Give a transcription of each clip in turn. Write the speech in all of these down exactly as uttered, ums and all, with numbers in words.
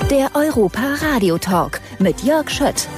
Der Europa-Radio-Talk mit Jörg Schött.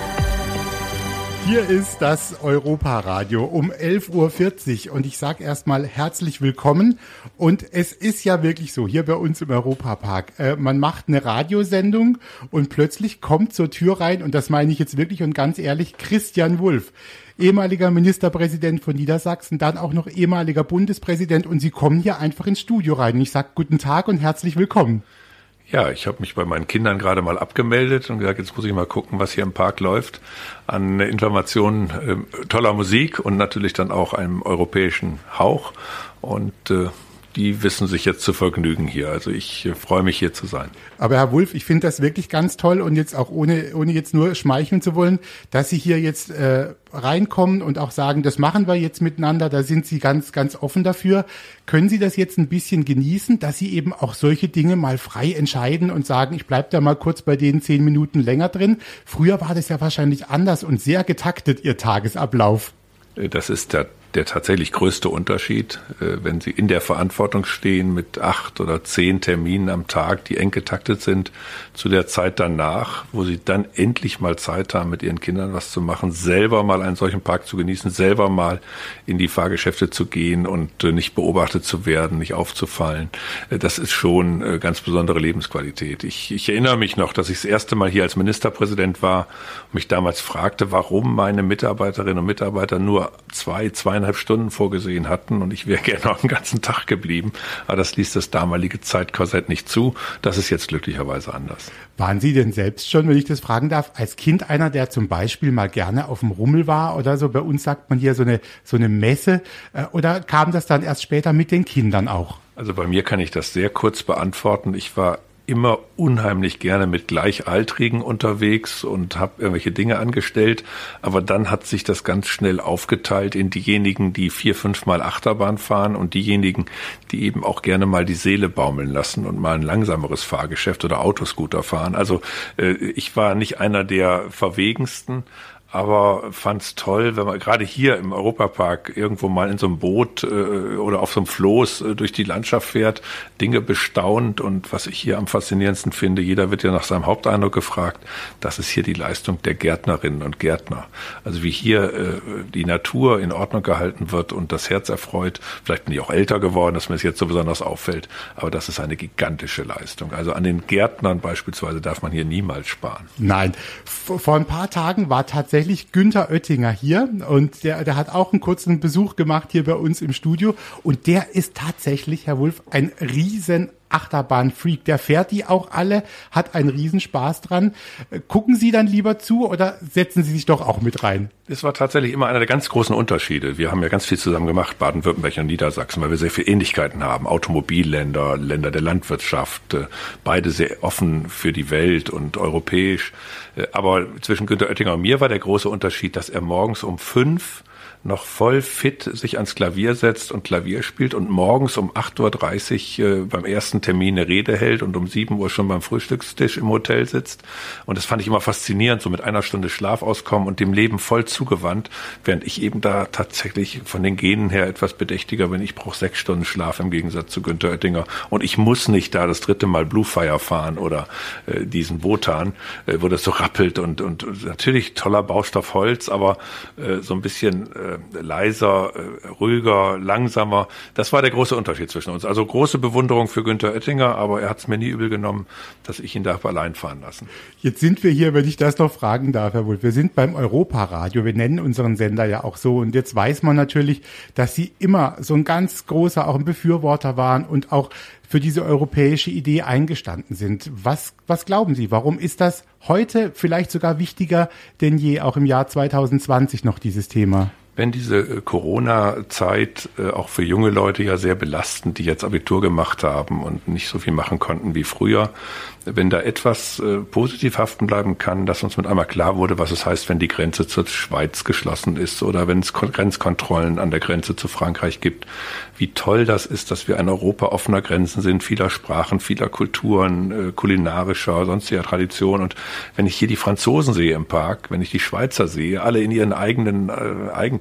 Hier ist das Europa-Radio um elf Uhr vierzig und ich sage erstmal herzlich willkommen. Und es ist ja wirklich so, hier bei uns im Europapark, äh, man macht eine Radiosendung und plötzlich kommt zur Tür rein, und das meine ich jetzt wirklich und ganz ehrlich, Christian Wulff, ehemaliger Ministerpräsident von Niedersachsen, dann auch noch ehemaliger Bundespräsident, und Sie kommen hier einfach ins Studio rein. Ich sage guten Tag und herzlich willkommen. Ja, ich habe mich bei meinen Kindern gerade mal abgemeldet und gesagt, jetzt muss ich mal gucken, was hier im Park läuft an Informationen, äh, toller Musik und natürlich dann auch einem europäischen Hauch. Und äh, die wissen sich jetzt zu vergnügen hier. Also ich äh, freue mich, hier zu sein. Aber Herr Wulff, ich finde das wirklich ganz toll, und jetzt auch ohne ohne jetzt nur schmeicheln zu wollen, dass Sie hier jetzt äh, reinkommen und auch sagen, das machen wir jetzt miteinander, da sind Sie ganz, ganz offen dafür. Können Sie das jetzt ein bisschen genießen, dass Sie eben auch solche Dinge mal frei entscheiden und sagen, ich bleib da mal kurz bei denen zehn Minuten länger drin? Früher war das ja wahrscheinlich anders und sehr getaktet, Ihr Tagesablauf. Das ist der, der tatsächlich größte Unterschied, wenn Sie in der Verantwortung stehen mit acht oder zehn Terminen am Tag, die eng getaktet sind, zu der Zeit danach, wo Sie dann endlich mal Zeit haben, mit Ihren Kindern was zu machen, selber mal einen solchen Park zu genießen, selber mal in die Fahrgeschäfte zu gehen und nicht beobachtet zu werden, nicht aufzufallen. Das ist schon ganz besondere Lebensqualität. Ich, ich erinnere mich noch, dass ich das erste Mal hier als Ministerpräsident war und mich damals fragte, warum meine Mitarbeiterinnen und Mitarbeiter nur zwei, zweieinhalb Stunden vorgesehen hatten, und ich wäre gerne noch einen ganzen Tag geblieben. Aber das ließ das damalige Zeitkorsett nicht zu. Das ist jetzt glücklicherweise anders. Waren Sie denn selbst schon, wenn ich das fragen darf, als Kind einer, der zum Beispiel mal gerne auf dem Rummel war oder so? Bei uns sagt man hier so eine, so eine Messe. Oder kam das dann erst später mit den Kindern auch? Also bei mir kann ich das sehr kurz beantworten. Ich war immer unheimlich gerne mit Gleichaltrigen unterwegs und habe irgendwelche Dinge angestellt. Aber dann hat sich das ganz schnell aufgeteilt in diejenigen, die vier, fünfmal Achterbahn fahren, und diejenigen, die eben auch gerne mal die Seele baumeln lassen und mal ein langsameres Fahrgeschäft oder Autoscooter fahren. Also äh, ich war nicht einer der verwegensten, aber fand's toll, wenn man gerade hier im Europapark irgendwo mal in so einem Boot äh, oder auf so einem Floß äh, durch die Landschaft fährt, Dinge bestaunt. Und was ich hier am faszinierendsten finde, jeder wird ja nach seinem Haupteindruck gefragt, das ist hier die Leistung der Gärtnerinnen und Gärtner. Also wie hier äh, die Natur in Ordnung gehalten wird und das Herz erfreut. Vielleicht bin ich auch älter geworden, dass mir das jetzt so besonders auffällt, aber das ist eine gigantische Leistung. Also an den Gärtnern beispielsweise darf man hier niemals sparen. Nein, vor ein paar Tagen war tatsächlich Günther Oettinger hier, und der, der hat auch einen kurzen Besuch gemacht hier bei uns im Studio, und der ist tatsächlich, Herr Wulff, ein riesen Achterbahn-Freak. Der fährt die auch alle, hat einen Riesenspaß dran. Gucken Sie dann lieber zu oder setzen Sie sich doch auch mit rein? Das war tatsächlich immer einer der ganz großen Unterschiede. Wir haben ja ganz viel zusammen gemacht, Baden-Württemberg und Niedersachsen, weil wir sehr viele Ähnlichkeiten haben. Automobilländer, Länder der Landwirtschaft, beide sehr offen für die Welt und europäisch. Aber zwischen Günther Oettinger und mir war der große Unterschied, dass er morgens um fünf noch voll fit sich ans Klavier setzt und Klavier spielt und morgens um acht Uhr dreißig äh, beim ersten Termin eine Rede hält und um sieben Uhr schon beim Frühstückstisch im Hotel sitzt. Und das fand ich immer faszinierend, so mit einer Stunde Schlaf auskommen und dem Leben voll zugewandt, während ich eben da tatsächlich von den Genen her etwas bedächtiger bin. Ich brauche sechs Stunden Schlaf im Gegensatz zu Günther Oettinger. Und ich muss nicht da das dritte Mal Bluefire fahren oder äh, diesen Wotan, äh, wo das so rappelt und, und natürlich toller Baustoff Holz, aber äh, so ein bisschen äh, leiser, äh, ruhiger, langsamer. Das war der große Unterschied zwischen uns. Also große Bewunderung für Günther Oettinger, aber er hat es mir nie übel genommen, dass ich ihn da allein fahren lassen. Jetzt sind wir hier, wenn ich das noch fragen darf, Herr Wulff, wir sind beim Europa-Radio. Wir nennen unseren Sender ja auch so. Und jetzt weiß man natürlich, dass Sie immer so ein ganz großer, auch ein Befürworter waren und auch für diese europäische Idee eingestanden sind. Was, was glauben Sie? Warum ist das heute vielleicht sogar wichtiger denn je, auch im Jahr zwanzig zwanzig noch dieses Thema? Wenn diese Corona-Zeit äh, auch für junge Leute ja sehr belastend, die jetzt Abitur gemacht haben und nicht so viel machen konnten wie früher, wenn da etwas äh, positiv haften bleiben kann, dass uns mit einmal klar wurde, was es heißt, wenn die Grenze zur Schweiz geschlossen ist oder wenn es Grenzkontrollen an der Grenze zu Frankreich gibt, wie toll das ist, dass wir ein Europa offener Grenzen sind, vieler Sprachen, vieler Kulturen, äh, kulinarischer, sonstiger Tradition. Und wenn ich hier die Franzosen sehe im Park, wenn ich die Schweizer sehe, alle in ihren eigenen äh, Eigentümern,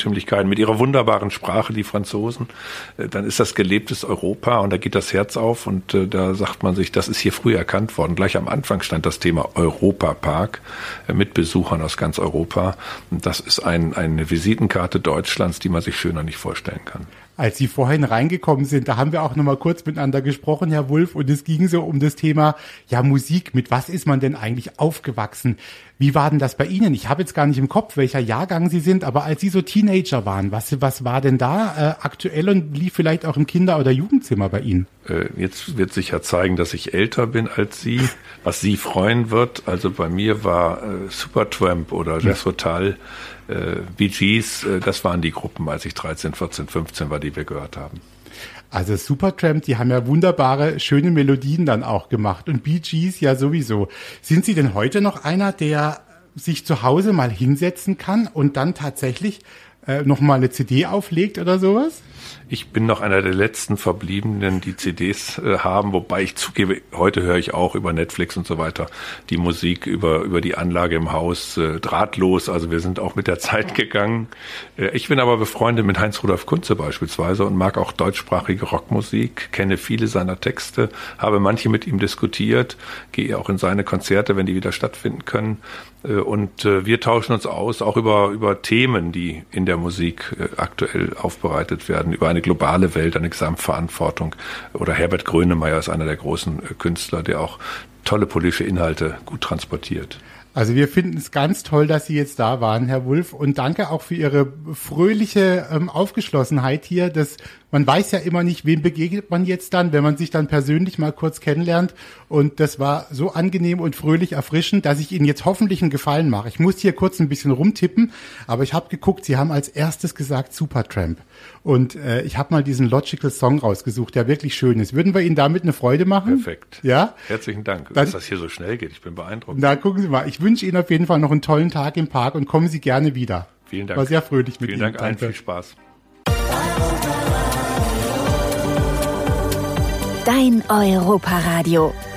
Eigentümlichkeiten, mit ihrer wunderbaren Sprache, die Franzosen, äh, dann ist das gelebtes Europa und da geht das Herz auf und äh, da sagt man sich, das ist hier früh erkannt worden. Gleich am Anfang stand das Thema Europapark äh, mit Besuchern aus ganz Europa. Und das ist ein, eine Visitenkarte Deutschlands, die man sich schöner nicht vorstellen kann. Als Sie vorhin reingekommen sind, da haben wir auch noch mal kurz miteinander gesprochen, Herr Wulff, und es ging so um das Thema, ja, Musik. Mit was ist man denn eigentlich aufgewachsen? Wie war denn das bei Ihnen? Ich habe jetzt gar nicht im Kopf, welcher Jahrgang Sie sind, aber als Sie so Teenager waren, was, was war denn da äh, aktuell und lief vielleicht auch im Kinder- oder Jugendzimmer bei Ihnen? Äh, jetzt wird sich ja zeigen, dass ich älter bin als Sie, was Sie freuen wird. Also bei mir war äh, Supertramp oder Jethro Tull, äh, Bee Gees, äh, das waren die Gruppen, als ich dreizehn, vierzehn, fünfzehn war, die wir gehört haben. Also Supertramp, die haben ja wunderbare, schöne Melodien dann auch gemacht und Bee Gees ja sowieso. Sind Sie denn heute noch einer, der sich zu Hause mal hinsetzen kann und dann tatsächlich äh, noch mal eine C D auflegt oder sowas? Ich bin noch einer der letzten Verbliebenen, die C Ds äh, haben, wobei ich zugebe, heute höre ich auch über Netflix und so weiter die Musik über über die Anlage im Haus äh, drahtlos. Also wir sind auch mit der Zeit gegangen. Äh, ich bin aber befreundet mit Heinz-Rudolf Kunze beispielsweise und mag auch deutschsprachige Rockmusik, kenne viele seiner Texte, habe manche mit ihm diskutiert, gehe auch in seine Konzerte, wenn die wieder stattfinden können. Äh, und äh, wir tauschen uns aus, auch über über Themen, die in der Musik äh, aktuell aufbereitet werden, über eine globale Welt, eine Gesamtverantwortung. Oder Herbert Grönemeyer ist einer der großen Künstler, der auch tolle politische Inhalte gut transportiert. Also wir finden es ganz toll, dass Sie jetzt da waren, Herr Wulff, und danke auch für Ihre fröhliche ähm, Aufgeschlossenheit hier. Das, man weiß ja immer nicht, wem begegnet man jetzt dann, wenn man sich dann persönlich mal kurz kennenlernt. Und das war so angenehm und fröhlich erfrischend, dass ich Ihnen jetzt hoffentlich einen Gefallen mache. Ich muss hier kurz ein bisschen rumtippen, aber ich habe geguckt, Sie haben als erstes gesagt Supertramp. Und äh, ich habe mal diesen Logical Song rausgesucht, der wirklich schön ist. Würden wir Ihnen damit eine Freude machen? Perfekt. Ja? Herzlichen Dank, Dann, dass das hier so schnell geht. Ich bin beeindruckt. Na, gucken Sie mal. Ich wünsche Ihnen auf jeden Fall noch einen tollen Tag im Park und kommen Sie gerne wieder. Vielen Dank. War sehr fröhlich mit Vielen Ihnen. Dank allen. Viel Spaß. Dein Europaradio.